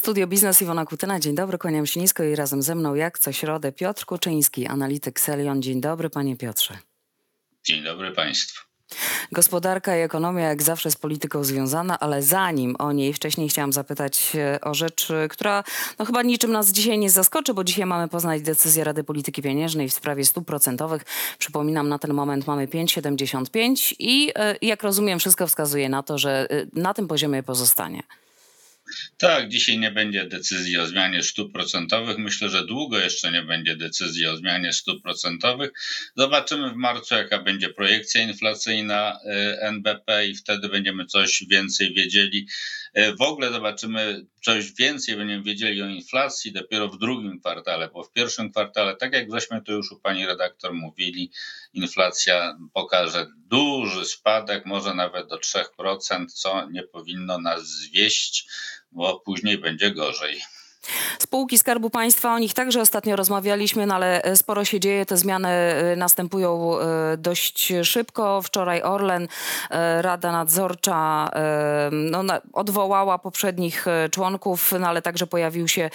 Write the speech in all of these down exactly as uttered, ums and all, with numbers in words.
Studio Biznes, Iwona Kutyna. Dzień dobry, kłaniam się nisko i razem ze mną jak co środę Piotr Kuczyński, analityk Xelion. Dzień dobry, panie Piotrze. Dzień dobry państwu. Gospodarka i ekonomia jak zawsze z polityką związana, ale zanim o niej wcześniej chciałam zapytać o rzecz, która no chyba niczym nas dzisiaj nie zaskoczy, bo dzisiaj mamy poznać decyzję Rady Polityki Pieniężnej w sprawie stóp procentowych. Przypominam, na ten moment mamy pięć przecinek siedemdziesiąt pięć i jak rozumiem wszystko wskazuje na to, że na tym poziomie pozostanie. Tak, dzisiaj nie będzie decyzji o zmianie stóp procentowych. Myślę, że długo jeszcze nie będzie decyzji o zmianie stóp procentowych. Zobaczymy w marcu, jaka będzie projekcja inflacyjna N B P i wtedy będziemy coś więcej wiedzieli. W ogóle zobaczymy coś więcej, będziemy wiedzieli o inflacji dopiero w drugim kwartale, bo w pierwszym kwartale, tak jak żeśmy tu już u pani redaktor mówili, inflacja pokaże duży spadek, może nawet do trzech procent, co nie powinno nas zwieść, bo później będzie gorzej. Spółki Skarbu Państwa, o nich także ostatnio rozmawialiśmy, no ale sporo się dzieje, te zmiany następują dość szybko. Wczoraj Orlen, Rada Nadzorcza no, odwołała poprzednich członków, no ale także pojawił się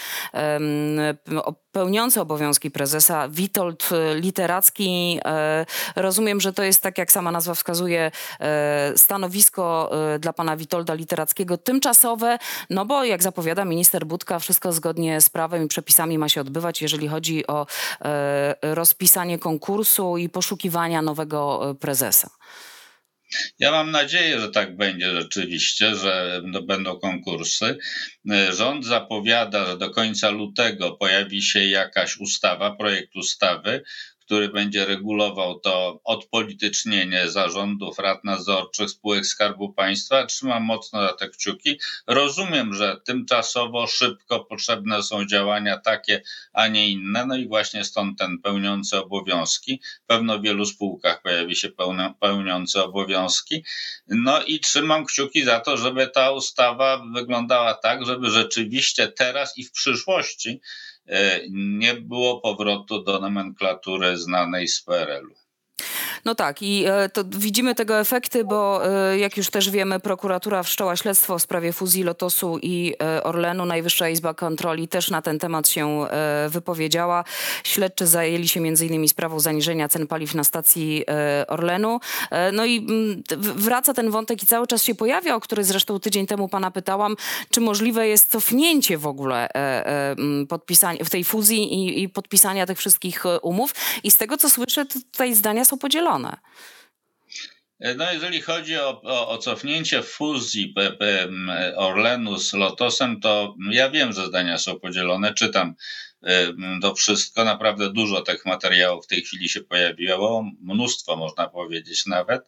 pełniący obowiązki prezesa Witold Literacki. Rozumiem, że to jest, tak jak sama nazwa wskazuje, stanowisko dla pana Witolda Literackiego tymczasowe, no bo jak zapowiada minister Budka, wszystko zgodnie z prawem i przepisami ma się odbywać, jeżeli chodzi o rozpisanie konkursu i poszukiwania nowego prezesa. Ja mam nadzieję, że tak będzie rzeczywiście, że no, będą konkursy. Rząd zapowiada, że do końca lutego pojawi się jakaś ustawa, projekt ustawy, który będzie regulował to odpolitycznienie zarządów, rad nadzorczych spółek Skarbu Państwa. Trzymam mocno za te kciuki. Rozumiem, że tymczasowo, szybko potrzebne są działania takie, a nie inne. No i właśnie stąd ten pełniący obowiązki. Pewno w wielu spółkach pojawi się pełne, pełniący obowiązki. No i trzymam kciuki za to, żeby ta ustawa wyglądała tak, żeby rzeczywiście teraz i w przyszłości nie było powrotu do nomenklatury znanej z P R L-u. No tak i to widzimy tego efekty, bo jak już też wiemy, prokuratura wszczęła śledztwo w sprawie fuzji Lotosu i Orlenu. Najwyższa Izba Kontroli też na ten temat się wypowiedziała. Śledczy zajęli się między innymi sprawą zaniżenia cen paliw na stacji Orlenu. No i wraca ten wątek i cały czas się pojawia, o który zresztą tydzień temu pana pytałam, czy możliwe jest cofnięcie w ogóle podpisania w tej fuzji i, i podpisania tych wszystkich umów. I z tego, co słyszę, tutaj zdania są podzielone. No jeżeli chodzi o, o, o cofnięcie fuzji P P Orlenu z Lotosem, to ja wiem, że zdania są podzielone, czytam to wszystko, naprawdę dużo tych materiałów w tej chwili się pojawiło, mnóstwo można powiedzieć nawet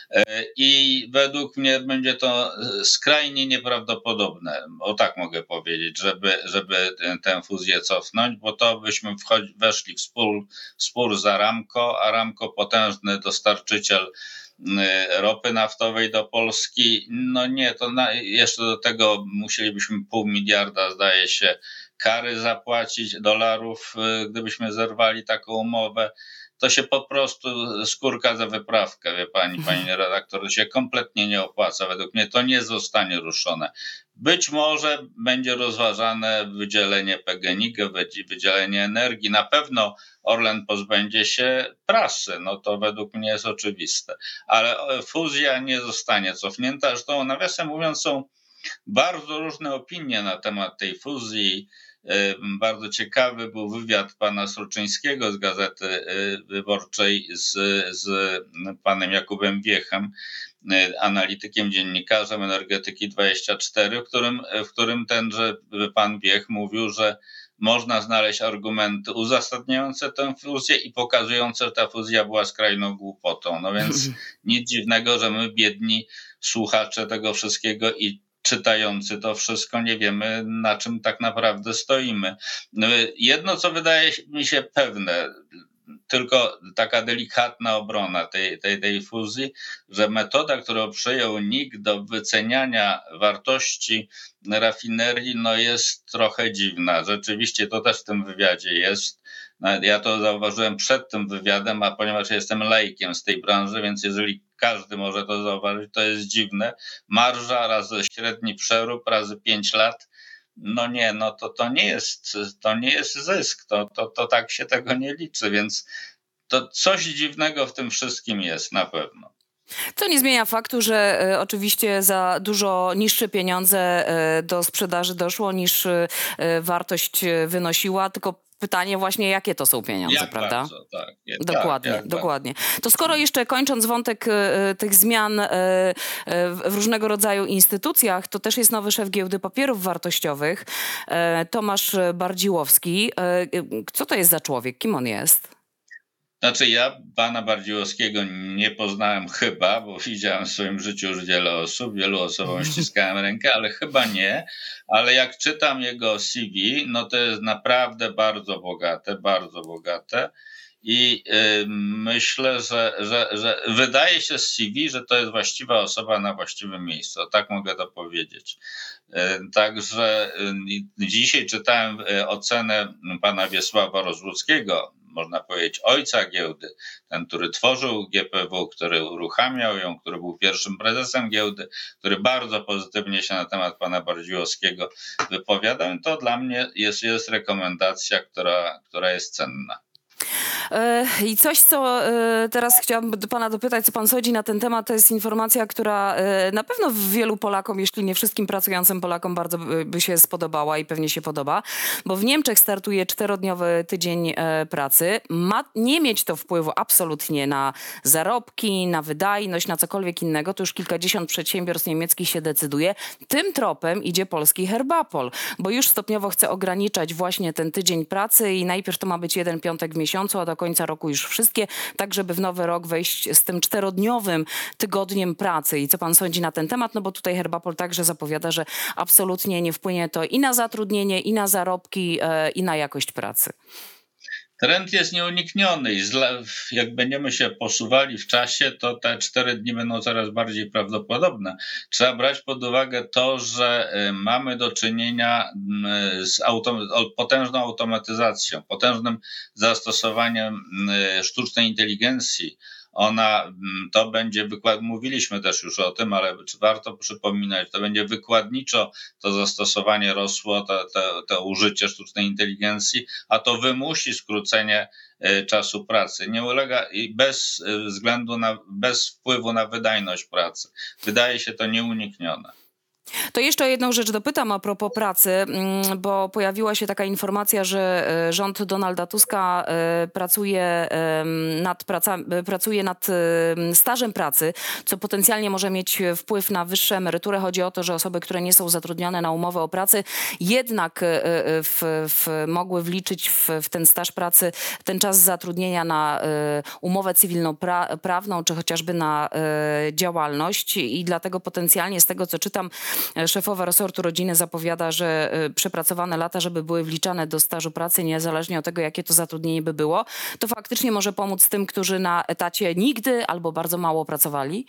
i według mnie będzie to skrajnie nieprawdopodobne, o tak mogę powiedzieć, żeby, żeby tę fuzję cofnąć, bo to byśmy wchodzi, weszli w spór, w spór z Aramco, Aramco potężny dostarczyciel ropy naftowej do Polski, no nie, to na, jeszcze do tego musielibyśmy pół miliarda, zdaje się, kary zapłacić dolarów, gdybyśmy zerwali taką umowę. To się po prostu skórka za wyprawkę, wie pani, pani redaktor, to się kompletnie nie opłaca. Według mnie to nie zostanie ruszone. Być może będzie rozważane wydzielenie P G N I G, wydzielenie energii. Na pewno Orlen pozbędzie się prasy, no to według mnie jest oczywiste. Ale fuzja nie zostanie cofnięta. Zresztą nawiasem mówiąc są bardzo różne opinie na temat tej fuzji. Bardzo ciekawy był wywiad pana Sroczyńskiego z Gazety Wyborczej z, z panem Jakubem Wiechem, analitykiem, dziennikarzem Energetyki dwadzieścia cztery, w którym, w którym tenże pan Wiech mówił, że można znaleźć argumenty uzasadniające tę fuzję i pokazujące, że ta fuzja była skrajną głupotą. No więc nic dziwnego, że my biedni słuchacze tego wszystkiego i czytający to wszystko nie wiemy, na czym tak naprawdę stoimy. Jedno, co wydaje mi się pewne, tylko taka delikatna obrona tej, tej, tej fuzji, że metoda, którą przyjął N I K do wyceniania wartości rafinerii, no jest trochę dziwna. Rzeczywiście to też w tym wywiadzie jest. Ja to zauważyłem przed tym wywiadem, a ponieważ jestem laikiem z tej branży, więc jeżeli każdy może to zauważyć, to jest dziwne. Marża razy średni przerób razy pięć lat no nie, no to, to nie jest, to nie jest zysk, to, to, to tak się tego nie liczy, więc to coś dziwnego w tym wszystkim jest na pewno. To nie zmienia faktu, że e, oczywiście za dużo niższe pieniądze e, do sprzedaży doszło niż e, wartość wynosiła, tylko pytanie właśnie, jakie to są pieniądze, Jak prawda? bardzo, tak. Nie, Dokładnie, tak, dokładnie. To skoro jeszcze kończąc wątek e, tych zmian e, e, w różnego rodzaju instytucjach, to też jest nowy szef Giełdy Papierów Wartościowych, e, Tomasz Bardziłowski. E, co to jest za człowiek? Kim on jest? Znaczy ja pana Bardziłowskiego nie poznałem chyba, bo widziałem w swoim życiu już wiele osób, wielu osobom ściskałem rękę, ale chyba nie. Ale jak czytam jego C V, no to jest naprawdę bardzo bogate, bardzo bogate. I y, myślę, że, że, że wydaje się z C V, że to jest właściwa osoba na właściwym miejscu. Tak mogę to powiedzieć. Y, także y, dzisiaj czytałem y, ocenę pana Wiesława Rozłuckiego, można powiedzieć ojca giełdy, ten, który tworzył G P W, który uruchamiał ją, który był pierwszym prezesem giełdy, który bardzo pozytywnie się na temat pana Bardziłowskiego wypowiadał. To dla mnie jest, jest rekomendacja, która, która jest cenna. I coś, co teraz chciałabym pana dopytać, co pan sądzi na ten temat, to jest informacja, która na pewno wielu Polakom, jeśli nie wszystkim pracującym Polakom bardzo by się spodobała i pewnie się podoba, bo w Niemczech startuje czterodniowy tydzień pracy. Ma nie mieć to wpływu absolutnie na zarobki, na wydajność, na cokolwiek innego. To już kilkadziesiąt przedsiębiorstw niemieckich się decyduje. Tym tropem idzie polski Herbapol, bo już stopniowo chce ograniczać właśnie ten tydzień pracy i najpierw to ma być jeden piątek w miesiącu, a do końca roku już wszystkie, tak żeby w nowy rok wejść z tym czterodniowym tygodniem pracy. I co pan sądzi na ten temat? No bo tutaj Herbapol także zapowiada, że absolutnie nie wpłynie to i na zatrudnienie, i na zarobki, e, i na jakość pracy. Trend jest nieunikniony i jak będziemy się posuwali w czasie, to te cztery dni będą coraz bardziej prawdopodobne. Trzeba brać pod uwagę to, że mamy do czynienia z autom- potężną automatyzacją, potężnym zastosowaniem sztucznej inteligencji. Ona, to będzie wykład, mówiliśmy też już o tym, ale warto przypominać, to będzie wykładniczo to zastosowanie rosło, to, to, to użycie sztucznej inteligencji, a to wymusi skrócenie czasu pracy. Nie ulega i bez względu na, bez wpływu na wydajność pracy. Wydaje się to nieuniknione. To jeszcze o jedną rzecz dopytam a propos pracy, bo pojawiła się taka informacja, że rząd Donalda Tuska pracuje nad, praca, pracuje nad stażem pracy, co potencjalnie może mieć wpływ na wyższe emerytury. Chodzi o to, że osoby, które nie są zatrudnione na umowę o pracę, jednak w, w, mogły wliczyć w, w ten staż pracy ten czas zatrudnienia na umowę cywilnoprawną, czy chociażby na działalność i dlatego potencjalnie z tego, co czytam, szefowa resortu rodziny zapowiada, że przepracowane lata, żeby były wliczane do stażu pracy, niezależnie od tego, jakie to zatrudnienie by było, to faktycznie może pomóc tym, którzy na etacie nigdy albo bardzo mało pracowali?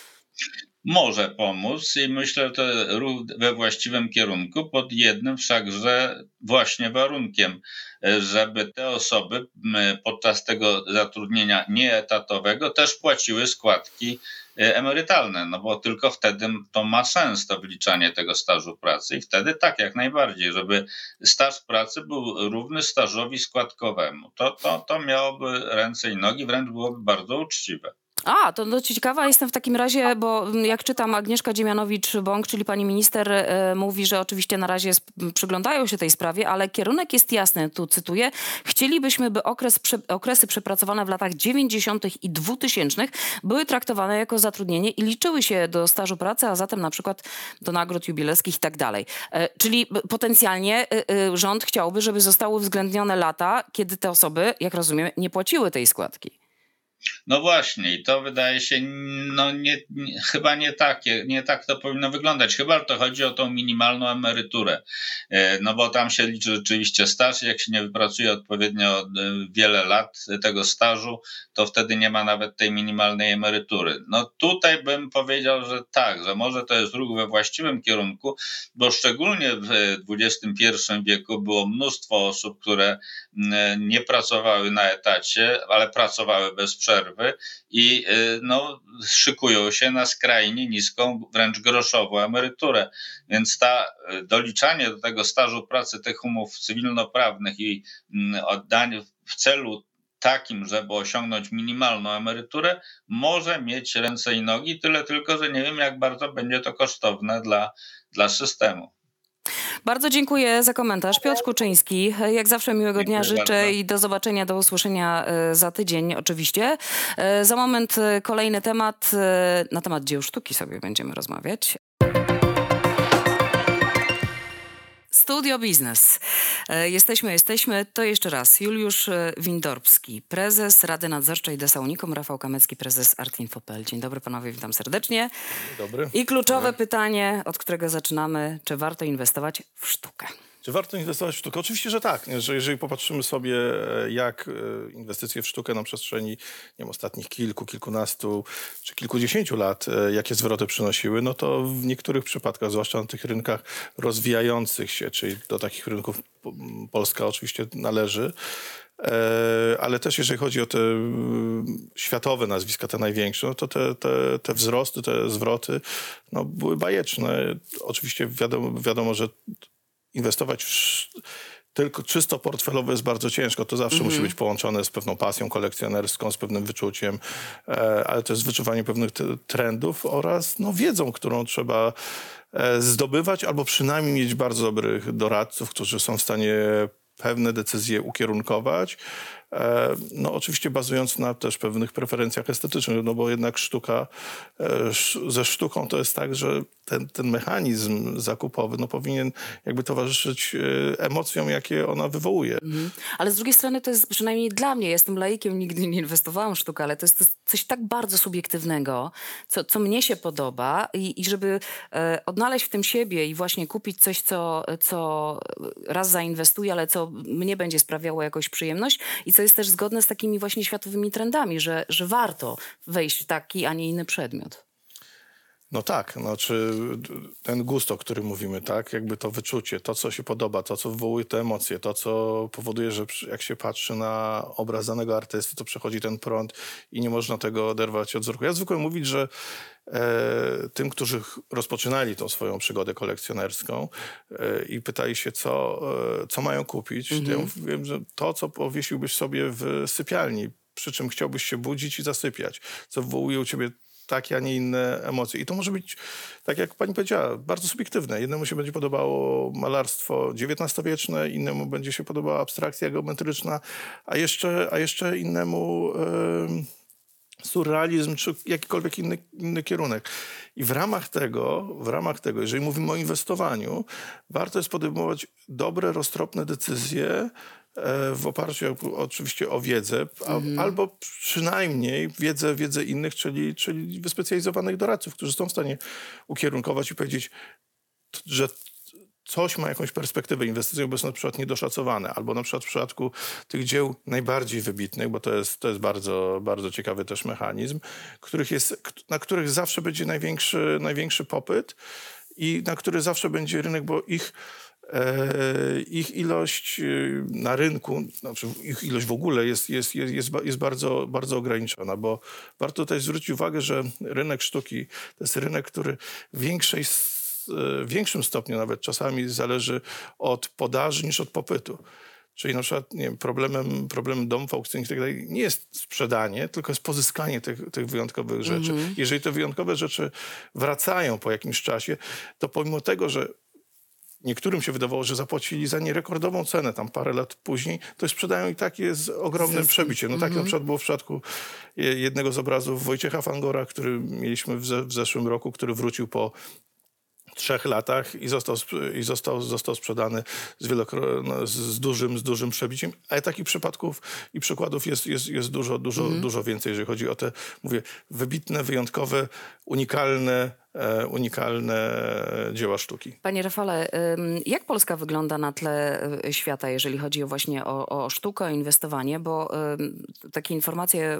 Może pomóc i myślę, że to ruch we właściwym kierunku, pod jednym wszakże właśnie warunkiem, żeby te osoby podczas tego zatrudnienia nieetatowego też płaciły składki emerytalne, no bo tylko wtedy to ma sens, to wliczanie tego stażu pracy i wtedy tak, jak najbardziej, żeby staż pracy był równy stażowi składkowemu. To, to, to miałoby ręce i nogi, wręcz byłoby bardzo uczciwe. A, to, to ciekawa jestem w takim razie, bo jak czytam, Agnieszka Dziemianowicz-Bąk, czyli pani minister, e, mówi, że oczywiście na razie sp- przyglądają się tej sprawie, ale kierunek jest jasny, tu cytuję. Chcielibyśmy, by okres, prze, okresy przepracowane w latach dziewięćdziesiątych i dwutysięcznych były traktowane jako zatrudnienie i liczyły się do stażu pracy, a zatem na przykład do nagród jubilerskich i tak dalej. E, czyli potencjalnie e, e, rząd chciałby, żeby zostały uwzględnione lata, kiedy te osoby, jak rozumiem, nie płaciły tej składki. No właśnie, i to wydaje się, no nie, nie, chyba nie takie, nie tak to powinno wyglądać. Chyba to chodzi o tą minimalną emeryturę. No bo tam się liczy rzeczywiście staż, jak się nie wypracuje odpowiednio wiele lat tego stażu, to wtedy nie ma nawet tej minimalnej emerytury. No tutaj bym powiedział, że tak, że może to jest ruch we właściwym kierunku, bo szczególnie w dwudziestym pierwszym wieku było mnóstwo osób, które nie pracowały na etacie, ale pracowały bez przerwy i no, szykują się na skrajnie niską, wręcz groszową emeryturę. Więc ta doliczanie do tego stażu pracy tych umów cywilnoprawnych i oddanie w celu takim, żeby osiągnąć minimalną emeryturę, może mieć ręce i nogi, tyle tylko, że nie wiem, jak bardzo będzie to kosztowne dla, dla systemu. Bardzo dziękuję za komentarz. Piotr Kuczyński, jak zawsze miłego Dziękuję dnia życzę bardzo. i do zobaczenia, do usłyszenia za tydzień oczywiście. Za moment kolejny temat, na temat dzieł sztuki sobie będziemy rozmawiać. Studio Biznes. Jesteśmy, jesteśmy. To jeszcze raz Juliusz Windorbski, prezes Rady Nadzorczej Desa Unicum, Rafał Kamecki, prezes artinfo kropka p l. Dzień dobry panowie, witam serdecznie. Dzień dobry. I kluczowe pytanie, od którego zaczynamy. Czy warto inwestować w sztukę? Czy warto inwestować w sztukę? Oczywiście, że tak. Że jeżeli popatrzymy sobie, jak inwestycje w sztukę na przestrzeni nie wiem, ostatnich kilku, kilkunastu czy kilkudziesięciu lat, jakie zwroty przynosiły, no to w niektórych przypadkach, zwłaszcza na tych rynkach rozwijających się, czyli do takich rynków Polska oczywiście należy, ale też jeżeli chodzi o te światowe nazwiska, te największe, no to te, te, te wzrosty, te zwroty no, były bajeczne. Oczywiście wiadomo, wiadomo że inwestować w tylko czysto portfelowo jest bardzo ciężko. To zawsze mm-hmm. musi być połączone z pewną pasją kolekcjonerską, z pewnym wyczuciem, e, ale też z wyczuwaniem pewnych t- trendów oraz no, wiedzą, którą trzeba e, zdobywać albo przynajmniej mieć bardzo dobrych doradców, którzy są w stanie pewne decyzje ukierunkować. E, no oczywiście bazując na też pewnych preferencjach estetycznych, no bo jednak sztuka, e, sz, ze sztuką to jest tak, że ten, ten mechanizm zakupowy no powinien jakby towarzyszyć e, emocjom, jakie ona wywołuje. Mhm. Ale z drugiej strony to jest przynajmniej dla mnie, jestem laikiem, nigdy nie inwestowałam w sztukę, ale to jest, to jest coś tak bardzo subiektywnego, co, co mnie się podoba i, i żeby e, odnaleźć w tym siebie i właśnie kupić coś, co, co raz zainwestuję, ale co mnie będzie sprawiało jakąś przyjemność i co jest też zgodne z takimi właśnie światowymi trendami, że, że warto wejść w taki, a nie inny przedmiot. No tak, znaczy ten gust, o którym mówimy, tak, jakby to wyczucie, to co się podoba, to co wywołuje te emocje, to co powoduje, że jak się patrzy na obraz danego artysty, to przechodzi ten prąd i nie można tego oderwać od wzroku. Ja zwykle mówić, że e, tym, którzy rozpoczynali tą swoją przygodę kolekcjonerską e, i pytali się, co, e, co mają kupić, mm-hmm. to ja mówiłem, że to, co powiesiłbyś sobie w sypialni, przy czym chciałbyś się budzić i zasypiać, co wywołuje u ciebie takie, a nie inne emocje. I to może być, tak jak pani powiedziała, bardzo subiektywne. Jednemu się będzie podobało malarstwo dziewiętnastowieczne, innemu będzie się podobała abstrakcja geometryczna, a jeszcze, a jeszcze innemu e, surrealizm czy jakikolwiek inny, inny kierunek. I w ramach tego, w ramach tego, jeżeli mówimy o inwestowaniu, warto jest podejmować dobre, roztropne decyzje w oparciu oczywiście o wiedzę, mm. albo przynajmniej wiedzę, wiedzę innych, czyli, czyli wyspecjalizowanych doradców, którzy są w stanie ukierunkować i powiedzieć, że coś ma jakąś perspektywę inwestycyjną, bo jest na przykład niedoszacowane, albo na przykład w przypadku tych dzieł najbardziej wybitnych, bo to jest, to jest bardzo, bardzo ciekawy też mechanizm, których jest, na których zawsze będzie największy, największy popyt i na który zawsze będzie rynek, bo ich ich ilość na rynku, znaczy ich ilość w ogóle jest, jest, jest, jest, jest bardzo, bardzo ograniczona, bo warto tutaj zwrócić uwagę, że rynek sztuki to jest rynek, który w większej, w większym stopniu nawet czasami zależy od podaży niż od popytu. Czyli na przykład nie wiem, problemem, problemem domów aukcyjnych i tak dalej nie jest sprzedanie, tylko jest pozyskanie tych, tych wyjątkowych rzeczy. Mm-hmm. Jeżeli te wyjątkowe rzeczy wracają po jakimś czasie, to pomimo tego, że niektórym się wydawało, że zapłacili za nie rekordową cenę tam parę lat później, to sprzedają i tak je z ogromnym Zresztą. przebiciem. No tak mm-hmm. na przykład było w przypadku jednego z obrazów Wojciecha Fangora, który mieliśmy w, ze, w zeszłym roku, który wrócił po trzech latach i został, i został, został sprzedany z, wielokro, no, z, dużym, z dużym przebiciem. Ale takich przypadków i przykładów jest, jest, jest dużo, dużo, mm. dużo więcej, jeżeli chodzi o te, mówię, wybitne, wyjątkowe, unikalne, e, unikalne dzieła sztuki. Panie Rafale, jak Polska wygląda na tle świata, jeżeli chodzi o właśnie o, o sztukę, o inwestowanie? Bo takie informacje,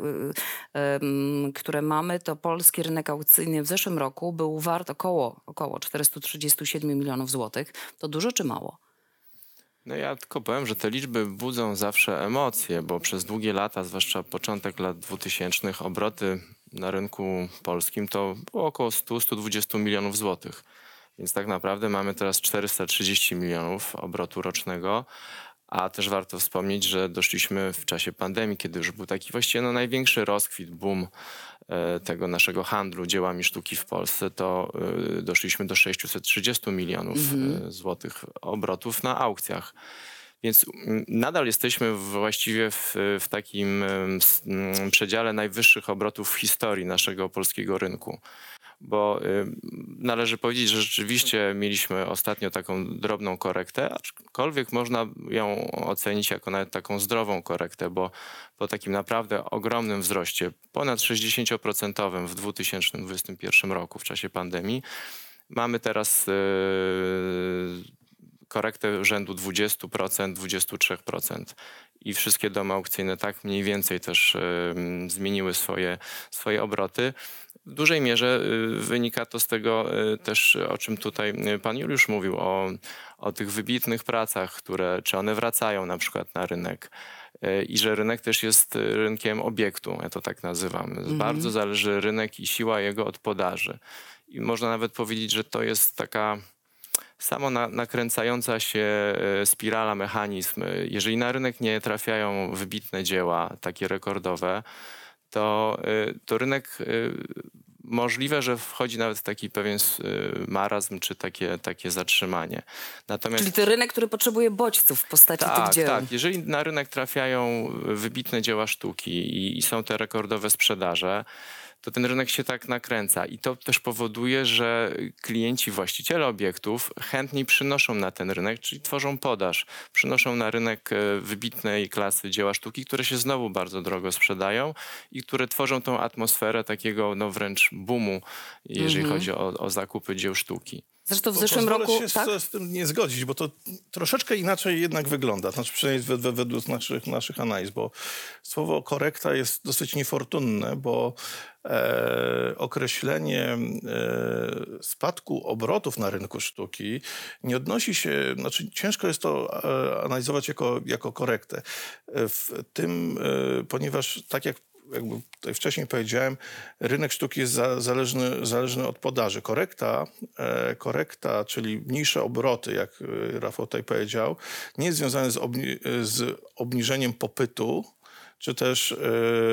które mamy, to polski rynek aukcyjny w zeszłym roku był wart około, około czterysta trzydzieści siedem milionów złotych. To dużo czy mało? No ja tylko powiem, że te liczby budzą zawsze emocje, bo przez długie lata, zwłaszcza początek lat dwutysięcznych, obroty na rynku polskim to było około sto do stu dwudziestu milionów złotych. Więc tak naprawdę mamy teraz czterysta trzydzieści milionów obrotu rocznego, a też warto wspomnieć, że doszliśmy w czasie pandemii, kiedy już był taki właściwie no, największy rozkwit, boom e, tego naszego handlu dziełami sztuki w Polsce, to e, doszliśmy do sześciuset trzydziestu milionów mhm. złotych obrotów na aukcjach. Więc nadal jesteśmy właściwie w, w takim m, przedziale najwyższych obrotów w historii naszego polskiego rynku. Bo y, należy powiedzieć, że rzeczywiście mieliśmy ostatnio taką drobną korektę, aczkolwiek można ją ocenić jako nawet taką zdrową korektę, bo po takim naprawdę ogromnym wzroście, ponad sześćdziesięcioprocentowym w dwa tysiące dwudziestym pierwszym roku w czasie pandemii, mamy teraz y, korektę rzędu dwadzieścia procent, dwadzieścia trzy procent. I wszystkie domy aukcyjne tak mniej więcej też y, zmieniły swoje, swoje obroty. W dużej mierze y, wynika to z tego y, też, o czym tutaj pan Juliusz mówił, o, o tych wybitnych pracach, które, czy one wracają na przykład na rynek. Y, I że rynek też jest rynkiem obiektu, ja to tak nazywam. Mhm. Bardzo zależy rynek i siła jego od podaży. I można nawet powiedzieć, że to jest taka samo na, nakręcająca się spirala, mechanizm. Jeżeli na rynek nie trafiają wybitne dzieła, takie rekordowe, to, to rynek możliwe, że wchodzi nawet w taki pewien marazm, czy takie, takie zatrzymanie. Natomiast, czyli to rynek, który potrzebuje bodźców w postaci tak, tych dzieł. Tak, jeżeli na rynek trafiają wybitne dzieła sztuki i, i są te rekordowe sprzedaże, to ten rynek się tak nakręca i to też powoduje, że klienci, właściciele obiektów chętniej przynoszą na ten rynek, czyli tworzą podaż, przynoszą na rynek wybitnej klasy dzieła sztuki, które się znowu bardzo drogo sprzedają i które tworzą tą atmosferę takiego no wręcz boomu, jeżeli mm-hmm. chodzi o, o zakupy dzieł sztuki. Zresztą w zeszłym Pozwolę roku... się tak? z, z tym nie zgodzić, bo to troszeczkę inaczej jednak wygląda, znaczy przynajmniej według, według naszych, naszych analiz, bo słowo korekta jest dosyć niefortunne, bo e, określenie e, spadku obrotów na rynku sztuki nie odnosi się, znaczy ciężko jest to e, analizować jako, jako korektę. W tym, e, ponieważ tak jak jakby tutaj wcześniej powiedziałem, rynek sztuki jest za, zależny, zależny od podaży. Korekta, e, korekta, czyli mniejsze obroty, jak Rafał tutaj powiedział, nie jest związane z, obni- z obniżeniem popytu, czy też e,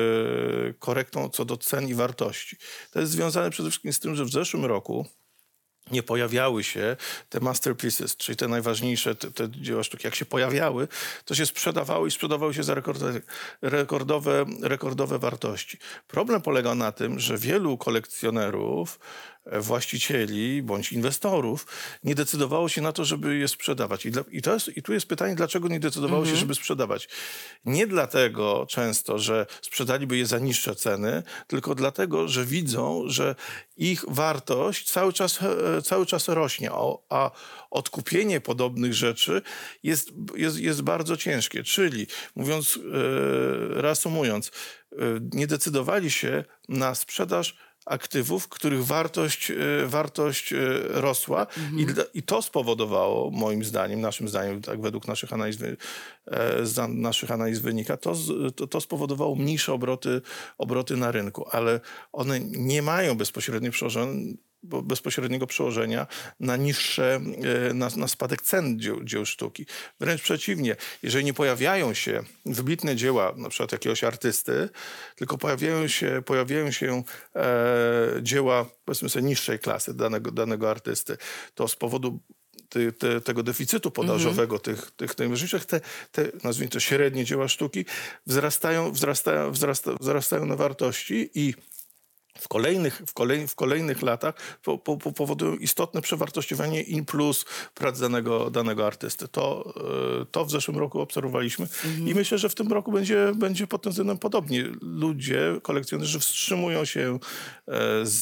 korektą co do cen i wartości. To jest związane przede wszystkim z tym, że w zeszłym roku nie pojawiały się te masterpieces, czyli te najważniejsze te, te dzieła sztuki. Jak się pojawiały, to się sprzedawały i sprzedawały się za rekordowe, rekordowe, rekordowe wartości. Problem polega na tym, że wielu kolekcjonerów, właścicieli bądź inwestorów nie decydowało się na to, żeby je sprzedawać. I, dla, i, to jest, i tu jest pytanie, dlaczego nie decydowało mhm. się, żeby sprzedawać. Nie dlatego często, że sprzedaliby je za niższe ceny, tylko dlatego, że widzą, że ich wartość cały czas, cały czas rośnie, a, a odkupienie podobnych rzeczy jest, jest, jest bardzo ciężkie. Czyli, mówiąc, e, reasumując, e, nie decydowali się na sprzedaż aktywów, których wartość, wartość rosła mhm. I, i to spowodowało, moim zdaniem, naszym zdaniem, tak według naszych analiz, z naszych analiz wynika, to, to, to spowodowało mniejsze obroty, obroty na rynku, ale one nie mają bezpośrednio przełożenia bezpośredniego przełożenia na niższe, na, na spadek cen dzieł, dzieł sztuki. Wręcz przeciwnie, jeżeli nie pojawiają się wybitne dzieła, na przykład jakiegoś artysty, tylko pojawiają się, pojawiają się e, dzieła, powiedzmy sobie, niższej klasy danego, danego artysty, to z powodu Te, te, tego deficytu podażowego, mm-hmm. tych, tych najważniejszych, te, te, nazwijmy to, średnie dzieła sztuki wzrastają, wzrastają, wzrastają, wzrastają na wartości i w kolejnych, w kolej, w kolejnych latach po, po, powodują istotne przewartościowanie in plus prac danego, danego artysty. To, to w zeszłym roku obserwowaliśmy mhm. i myślę, że w tym roku będzie, będzie pod tym względem podobnie. Ludzie, kolekcjonerzy wstrzymują się z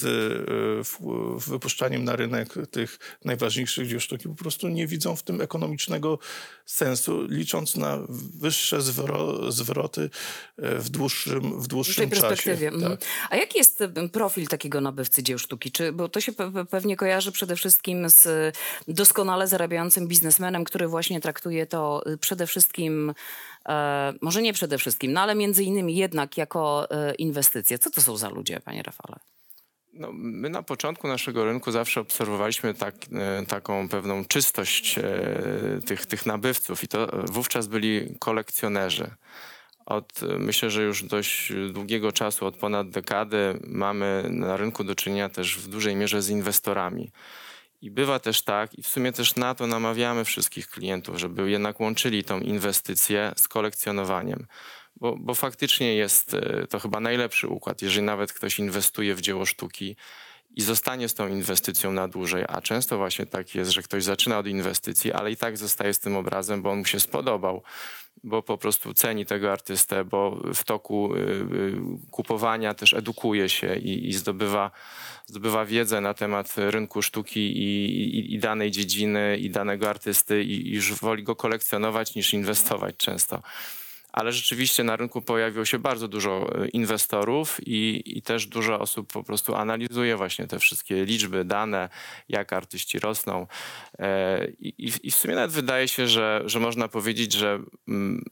w, wypuszczaniem na rynek tych najważniejszych dzieł sztuki. Po prostu nie widzą w tym ekonomicznego sensu, licząc na wyższe zwro, zwroty w dłuższym, w dłuższym czasie. Perspektywie. Tak. A jaki jest profil takiego nabywcy dzieł sztuki? Czy, bo to się pe- pewnie kojarzy przede wszystkim z doskonale zarabiającym biznesmenem, który właśnie traktuje to przede wszystkim, e, może nie przede wszystkim, no ale między innymi jednak jako e, inwestycje. Co to są za ludzie, panie Rafale? No, my na początku naszego rynku zawsze obserwowaliśmy tak, e, taką pewną czystość e, tych, tych nabywców i to wówczas byli kolekcjonerzy. Od, myślę, że już dość długiego czasu, od ponad dekady mamy na rynku do czynienia też w dużej mierze z inwestorami. I bywa też tak, i w sumie też na to namawiamy wszystkich klientów, żeby jednak łączyli tą inwestycję z kolekcjonowaniem. Bo, bo faktycznie jest to chyba najlepszy układ, jeżeli nawet ktoś inwestuje w dzieło sztuki i zostanie z tą inwestycją na dłużej, a często właśnie tak jest, że ktoś zaczyna od inwestycji, ale i tak zostaje z tym obrazem, bo on mu się spodobał, bo po prostu ceni tego artystę, bo w toku y, y, kupowania też edukuje się i, i zdobywa, zdobywa wiedzę na temat rynku sztuki i, i, i danej dziedziny, i danego artysty i, i już woli go kolekcjonować niż inwestować często. Ale rzeczywiście na rynku pojawiło się bardzo dużo inwestorów i, i też dużo osób po prostu analizuje właśnie te wszystkie liczby, dane, jak artyści rosną. E, i, I w sumie nawet wydaje się, że, że można powiedzieć, że mm,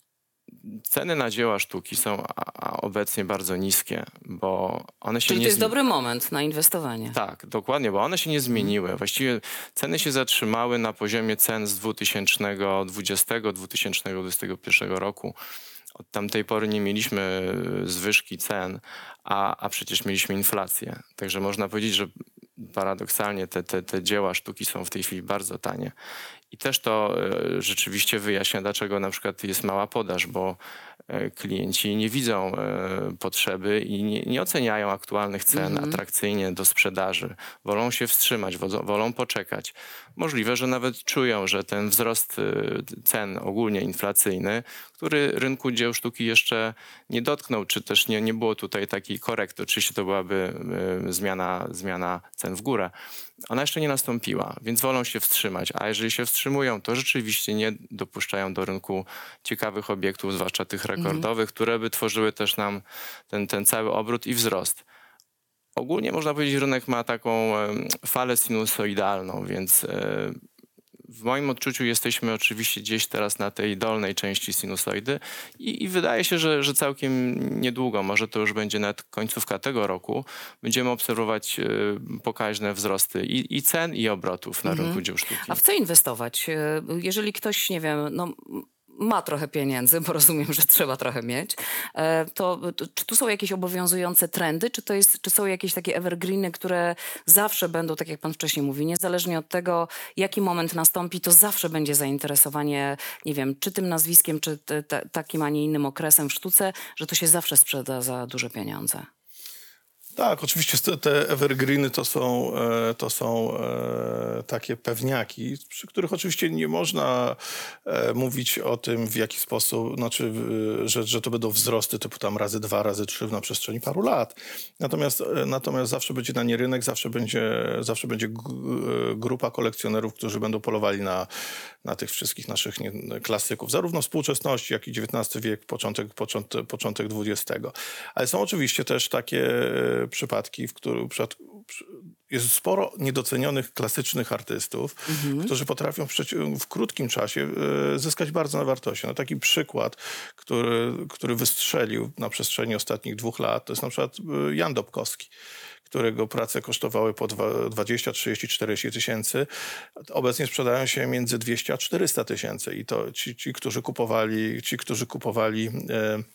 ceny na dzieła sztuki są a, a obecnie bardzo niskie, bo one się Czyli nie to jest zmi- dobry moment na inwestowanie. Tak, dokładnie, bo one się nie zmieniły. Właściwie ceny się zatrzymały na poziomie cen z dwa tysiące dwudziestego do dwa tysiące dwudziestego pierwszego roku. Od tamtej pory nie mieliśmy zwyżki cen, a, a przecież mieliśmy inflację. Także można powiedzieć, że paradoksalnie te, te, te dzieła sztuki są w tej chwili bardzo tanie. I też to e, rzeczywiście wyjaśnia, dlaczego na przykład jest mała podaż, bo e, klienci nie widzą e, potrzeby i nie, nie oceniają aktualnych cen Mhm. atrakcyjnie do sprzedaży. Wolą się wstrzymać, wolą, wolą poczekać. Możliwe, że nawet czują, że ten wzrost e, cen ogólnie inflacyjny, który rynku dzieł sztuki jeszcze nie dotknął, czy też nie, nie było tutaj takiej korekty. Oczywiście to byłaby e, zmiana, zmiana cen w górę. Ona jeszcze nie nastąpiła, więc wolą się wstrzymać. A jeżeli się wstrzymują, to rzeczywiście nie dopuszczają do rynku ciekawych obiektów, zwłaszcza tych rekordowych, które by tworzyły też nam ten, ten cały obrót i wzrost. Ogólnie można powiedzieć, że rynek ma taką em, falę sinusoidalną, więc e, w moim odczuciu jesteśmy oczywiście gdzieś teraz na tej dolnej części sinusoidy i, i wydaje się, że, że całkiem niedługo, może to już będzie nawet końcówka tego roku, będziemy obserwować e, pokaźne wzrosty i, i cen, i obrotów na Mhm. rynku dzieł sztuki. A w co inwestować? E, Jeżeli ktoś, nie wiem, no, ma trochę pieniędzy, bo rozumiem, że trzeba trochę mieć, e, to, to czy tu są jakieś obowiązujące trendy, czy to jest, czy są jakieś takie evergreeny, które zawsze będą, tak jak pan wcześniej mówi, niezależnie od tego, jaki moment nastąpi, to zawsze będzie zainteresowanie, nie wiem, czy tym nazwiskiem, czy te, te, takim, a nie innym okresem w sztuce, że to się zawsze sprzeda za duże pieniądze. Tak, oczywiście te- te evergreeny to są, e, to są e, takie pewniaki, przy których oczywiście nie można e, mówić o tym, w jaki sposób, znaczy, e, że, że to będą wzrosty typu tam razy dwa, razy trzy na przestrzeni paru lat. Natomiast, e, natomiast zawsze będzie na nie rynek, zawsze będzie, zawsze będzie g- e, grupa kolekcjonerów, którzy będą polowali na, na tych wszystkich naszych nie, klasyków, zarówno współczesności, jak i dziewiętnasty wiek, początek, początek, początek dwudziestego. Ale są oczywiście też takie e, przypadki, w których przed- przy- jest sporo niedocenionych klasycznych artystów, którzy potrafią w, przeci- w krótkim czasie e, zyskać bardzo na wartości. No, taki przykład, który, który wystrzelił na przestrzeni ostatnich dwóch lat, to jest na przykład e, Jan Dobkowski, którego prace kosztowały po dwa- dwadzieścia, trzydzieści, czterdzieści tysięcy. Obecnie sprzedają się między dwieście a czterysta tysięcy. I to ci, ci, którzy kupowali, ci, którzy kupowali e,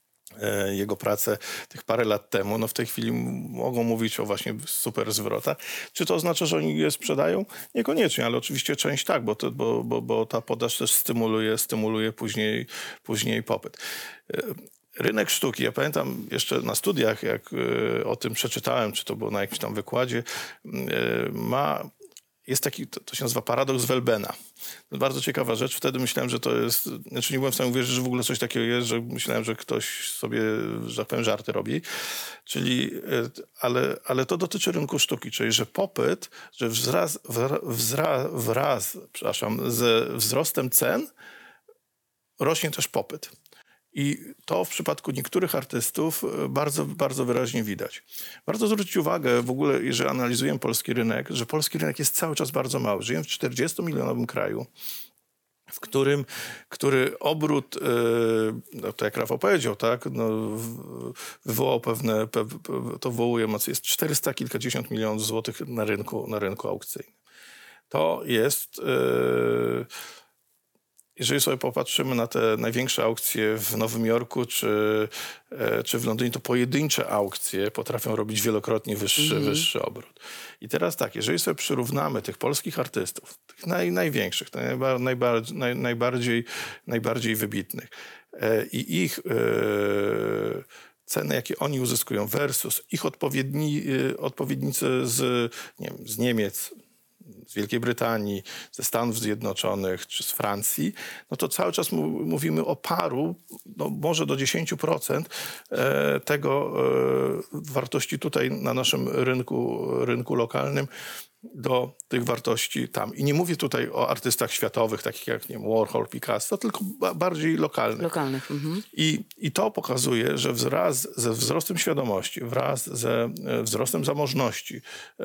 e, jego pracę tych parę lat temu, no w tej chwili m- mogą mówić o właśnie super zwrotach. Czy to oznacza, że oni je sprzedają? Niekoniecznie, ale oczywiście część tak, bo, to, bo, bo, bo ta podaż też stymuluje, stymuluje później, później popyt. E, Rynek sztuki, ja pamiętam jeszcze na studiach, jak e, o tym przeczytałem, czy to było na jakimś tam wykładzie, e, ma, jest taki, to, to się nazywa paradoks Welbena. To bardzo ciekawa rzecz. Wtedy myślałem, że to jest, znaczy nie byłem w stanie uwierzyć, że w ogóle coś takiego jest, że myślałem, że ktoś sobie, że tak powiem, żarty robi. Czyli, e, ale, ale to dotyczy rynku sztuki, czyli że popyt, że wzraz, wzra, wraz, przepraszam, ze wzrostem cen rośnie też popyt. I to w przypadku niektórych artystów bardzo, bardzo wyraźnie widać. Warto zwrócić uwagę w ogóle, jeżeli analizujemy polski rynek, że polski rynek jest cały czas bardzo mały. Żyjemy w czterdziestomilionowym kraju, w którym, który obrót, no to jak Rafał powiedział, tak, no, wywołał pewne, pe, pe, to wywołuje moc, jest czterysta kilkadziesiąt milionów złotych na rynku, na rynku aukcyjnym. To jest... Yy, Jeżeli sobie popatrzymy na te największe aukcje w Nowym Jorku czy, czy w Londynie, to pojedyncze aukcje potrafią robić wielokrotnie wyższy, mm. wyższy obrót. I teraz tak, jeżeli sobie przyrównamy tych polskich artystów, tych naj, największych, najba, najbardziej, naj, najbardziej, najbardziej wybitnych e, i ich e, ceny, jakie oni uzyskują versus ich odpowiedni, e, odpowiednicy z, nie wiem, z Niemiec, z Wielkiej Brytanii, ze Stanów Zjednoczonych czy z Francji, no to cały czas mówimy o paru, no może do dziesięć procent tego wartości tutaj na naszym rynku, rynku lokalnym do tych wartości tam. I nie mówię tutaj o artystach światowych, takich jak nie wiem, Warhol, Picasso, tylko ba- bardziej lokalnych. Lokalnych. Mhm. I, I to pokazuje, że wraz ze wzrostem świadomości, wraz ze wzrostem zamożności,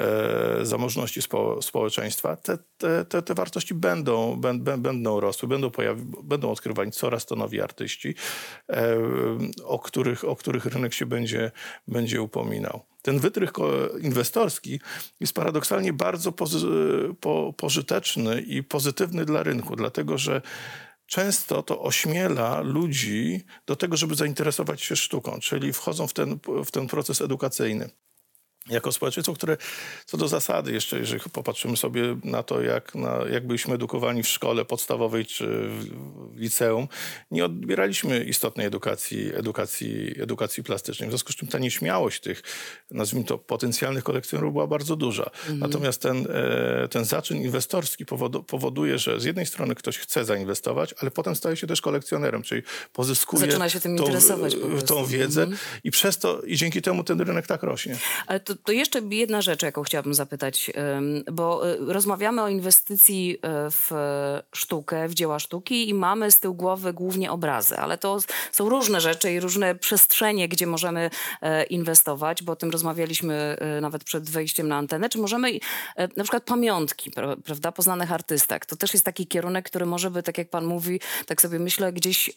e, zamożności spo, społeczeństwa, te, te, te, te wartości będą, bę, bę, będą rosły, będą, pojawi, będą odkrywani coraz to nowi artyści, e, o, których, o których rynek się będzie, będzie upominał. Ten wytrych inwestorski jest paradoksalnie bardzo pozy- po, pożyteczny i pozytywny dla rynku, dlatego że często to ośmiela ludzi do tego, żeby zainteresować się sztuką, czyli wchodzą w ten, w ten proces edukacyjny. Jako społeczeństwo, które co do zasady, jeszcze jeżeli popatrzymy sobie na to, jak, na, jak byliśmy edukowani w szkole podstawowej czy w, w liceum, nie odbieraliśmy istotnej edukacji, edukacji, edukacji plastycznej. W związku z czym ta nieśmiałość tych, nazwijmy to, potencjalnych kolekcjonerów była bardzo duża. Mhm. Natomiast ten, ten zaczyn inwestorski powodu, powoduje, że z jednej strony ktoś chce zainwestować, ale potem staje się też kolekcjonerem, czyli pozyskuje Zaczyna się tym tą, interesować po prostu. tą wiedzę Mhm. i przez to, i dzięki temu ten rynek tak rośnie. Ale to To jeszcze jedna rzecz, jaką chciałabym zapytać, bo rozmawiamy o inwestycji w sztukę, w dzieła sztuki i mamy z tyłu głowy głównie obrazy, ale to są różne rzeczy i różne przestrzenie, gdzie możemy inwestować, bo o tym rozmawialiśmy nawet przed wejściem na antenę. Czy możemy na przykład pamiątki, prawda, po znanych artystach. To też jest taki kierunek, który może by, tak jak pan mówi, tak sobie myślę, gdzieś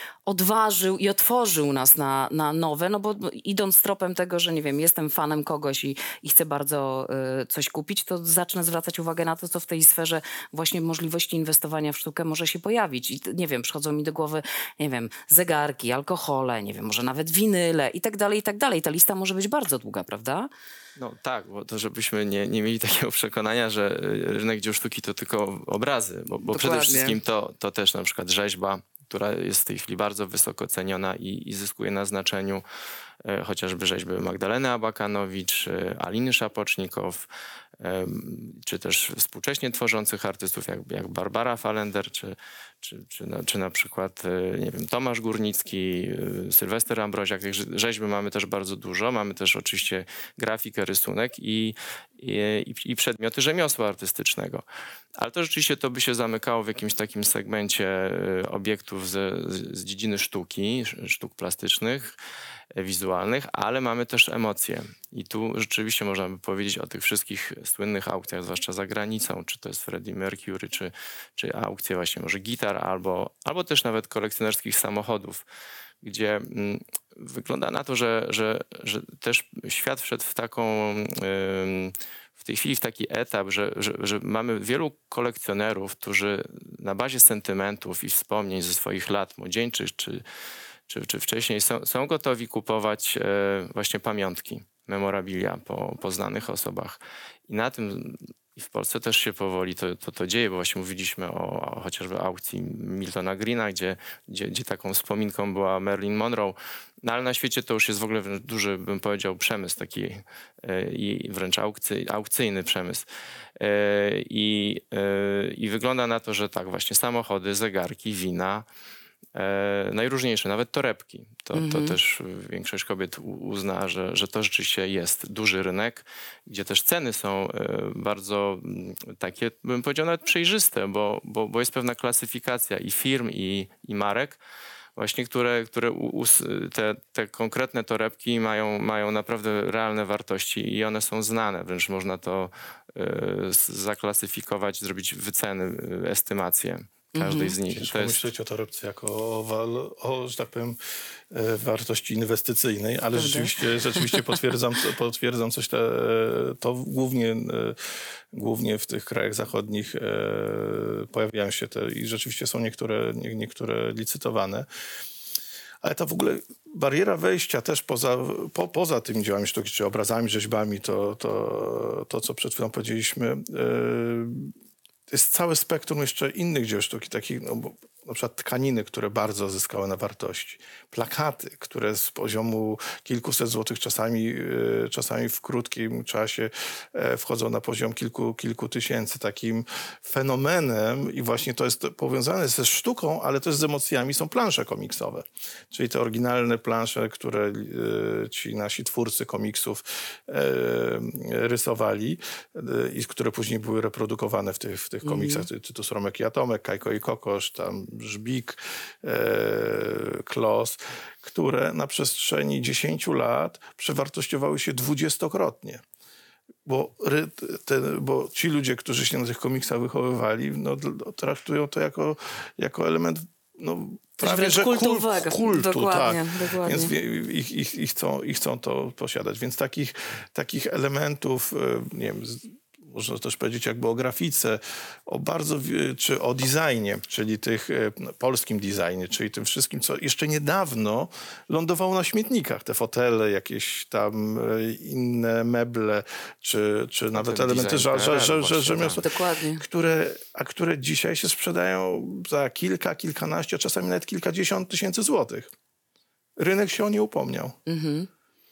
odważył i otworzył nas na, na nowe, no bo idąc tropem tego, że nie wiem, jestem fanem kogoś i, i chcę bardzo y, coś kupić, to zacznę zwracać uwagę na to, co w tej sferze właśnie możliwości inwestowania w sztukę może się pojawić. I nie wiem, przychodzą mi do głowy, nie wiem, zegarki, alkohole, nie wiem, może nawet winyle i tak dalej, i tak dalej. Ta lista może być bardzo długa, prawda? No tak, bo to żebyśmy nie, nie mieli takiego przekonania, że rynek dzieł sztuki to tylko obrazy, bo, bo przede wszystkim to, to też na przykład rzeźba, która jest w tej chwili bardzo wysoko ceniona i, i zyskuje na znaczeniu, e, chociażby rzeźby Magdaleny Abakanowicz, e, Aliny Szapocznikow, e, czy też współcześnie tworzących artystów jak, jak Barbara Falender, czy, czy, czy, na, czy na przykład e, nie wiem, Tomasz Górnicki, e, Sylwester Ambroziak. Tych rzeźby mamy też bardzo dużo. Mamy też oczywiście grafikę, rysunek i, i, i przedmioty rzemiosła artystycznego. Ale to rzeczywiście to by się zamykało w jakimś takim segmencie obiektów z, z dziedziny sztuki, sztuk plastycznych, wizualnych, ale mamy też emocje. I tu rzeczywiście można by powiedzieć o tych wszystkich słynnych aukcjach, zwłaszcza za granicą, czy to jest Freddie Mercury, czy, czy aukcje właśnie może gitar, albo, albo też nawet kolekcjonerskich samochodów, gdzie mm, wygląda na to, że, że, że też świat wszedł w taką... Yy, w tej chwili w taki etap, że, że, że mamy wielu kolekcjonerów, którzy na bazie sentymentów i wspomnień ze swoich lat młodzieńczych czy, czy, czy wcześniej są, są gotowi kupować e, właśnie pamiątki, memorabilia po, po znanych osobach. I na tym i w Polsce też się powoli to, to, to dzieje, bo właśnie mówiliśmy o, o chociażby aukcji Miltona Greena, gdzie, gdzie, gdzie taką wspominką była Marilyn Monroe. No ale na świecie to już jest w ogóle duży, bym powiedział, przemysł taki e, i wręcz aukcy, aukcyjny przemysł. E, i, e, I wygląda na to, że tak właśnie samochody, zegarki, wina, e, najróżniejsze, nawet torebki. To, mm-hmm. to też większość kobiet uzna, że, że to rzeczywiście jest duży rynek, gdzie też ceny są e, bardzo takie, bym powiedział, nawet przejrzyste, bo, bo, bo jest pewna klasyfikacja i firm, i, i marek, właśnie, które, które us, te, te konkretne torebki mają, mają naprawdę realne wartości i one są znane, wręcz można to y, zaklasyfikować, zrobić wyceny, y, estymacje każdej Mhm. z nich. Ciężko To jest, myśleć o torebce jako o, wal- o, że tak powiem, e, wartości inwestycyjnej, ale Prawda? rzeczywiście, rzeczywiście potwierdzam, potwierdzam coś, te, to głównie, e, głównie w tych krajach zachodnich e, pojawiają się te i rzeczywiście są niektóre, nie, niektóre licytowane. Ale to w ogóle bariera wejścia też poza, po, poza tymi dziełami sztuki, czy obrazami, rzeźbami, to, to, to co przed chwilą powiedzieliśmy, e, jest całe spektrum jeszcze innych dzieł sztuki, takich no, bo na przykład tkaniny, które bardzo zyskały na wartości. Plakaty, które z poziomu kilkuset złotych czasami, e, czasami w krótkim czasie e, wchodzą na poziom kilku, kilku tysięcy. Takim fenomenem i właśnie to jest powiązane ze sztuką, ale też z emocjami są plansze komiksowe. Czyli te oryginalne plansze, które e, ci nasi twórcy komiksów e, rysowali e, i które później były reprodukowane w tych, w tych komiksach. Mm. Czy to Sromek i Atomek, Kajko i Kokosz, tam Żbik, e, Klos, które na przestrzeni dziesięciu lat przewartościowały się dwudziestokrotnie. Bo, ry, te, bo ci ludzie, którzy się na tych komiksach wychowywali, no, traktują to jako, jako element no, prawie że kultowego. kultu. Dokładnie, tak. dokładnie. Więc ich, ich, ich, chcą, ich chcą to posiadać. Więc takich, takich elementów, nie wiem, można też powiedzieć jakby o grafice, o bardzo, czy o designie, czyli tych no, polskim designie, czyli tym wszystkim, co jeszcze niedawno lądowało na śmietnikach. Te fotele, jakieś tam inne meble, czy, czy nawet elementy rzemiosła, Dokładnie. które, a które dzisiaj się sprzedają za kilka, kilkanaście, czasami nawet kilkadziesiąt tysięcy złotych. Rynek się o nie upomniał. Mhm.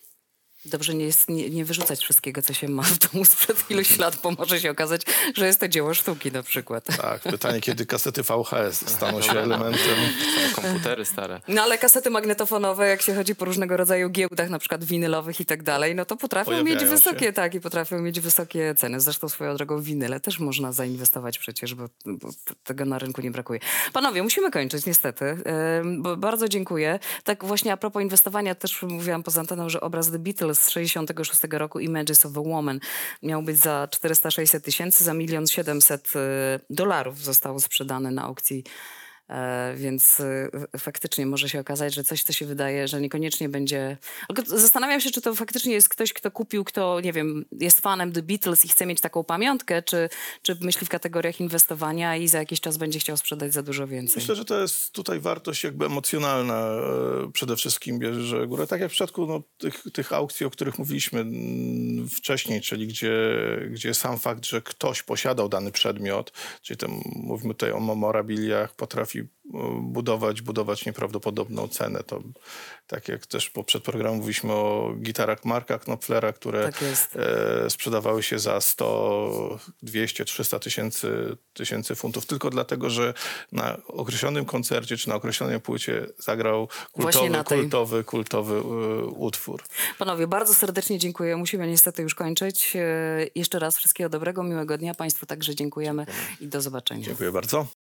Dobrze nie, jest, nie, nie wyrzucać wszystkiego, co się ma w domu sprzed iluś lat, bo może się okazać, że jest to dzieło sztuki na przykład. Tak, pytanie, kiedy kasety V H S staną się elementem. są komputery stare. No ale kasety magnetofonowe, jak się chodzi po różnego rodzaju giełdach, na przykład winylowych i tak dalej, no to potrafią Pojawiają mieć wysokie, się. tak, i potrafią mieć wysokie ceny. Zresztą swoją drogą winyle też można zainwestować przecież, bo, bo tego na rynku nie brakuje. Panowie, musimy kończyć niestety, yy, bo bardzo dziękuję. Tak właśnie a propos inwestowania, też mówiłam poza anteną, że obraz The Beatles z sześćdziesiątego szóstego roku Images of a Woman miał być za czterysta sześćset tysięcy, za milion siedemset dolarów został sprzedany na aukcji. E, więc e, faktycznie może się okazać, że coś, co się wydaje, że niekoniecznie będzie... Zastanawiam się, czy to faktycznie jest ktoś, kto kupił, kto, nie wiem, jest fanem The Beatles i chce mieć taką pamiątkę, czy, czy myśli w kategoriach inwestowania i za jakiś czas będzie chciał sprzedać za dużo więcej. Myślę, że to jest tutaj wartość jakby emocjonalna e, przede wszystkim bierze górę. Tak jak w przypadku no, tych, tych aukcji, o których mówiliśmy m, wcześniej, czyli gdzie, gdzie sam fakt, że ktoś posiadał dany przedmiot, czyli tam, mówimy tutaj o memorabiliach, potrafi budować, budować nieprawdopodobną cenę. To tak jak też przed programem mówiliśmy o gitarach Marka Knopflera, które Tak jest. e, sprzedawały się za sto, dwieście, trzysta tysięcy, tysięcy funtów tylko dlatego, że na określonym koncercie czy na określonej płycie zagrał kultowy, kultowy, kultowy e, utwór. Panowie, bardzo serdecznie dziękuję. Musimy niestety już kończyć. E, jeszcze raz wszystkiego dobrego, miłego dnia. Państwu także dziękujemy i do zobaczenia. Dziękuję bardzo.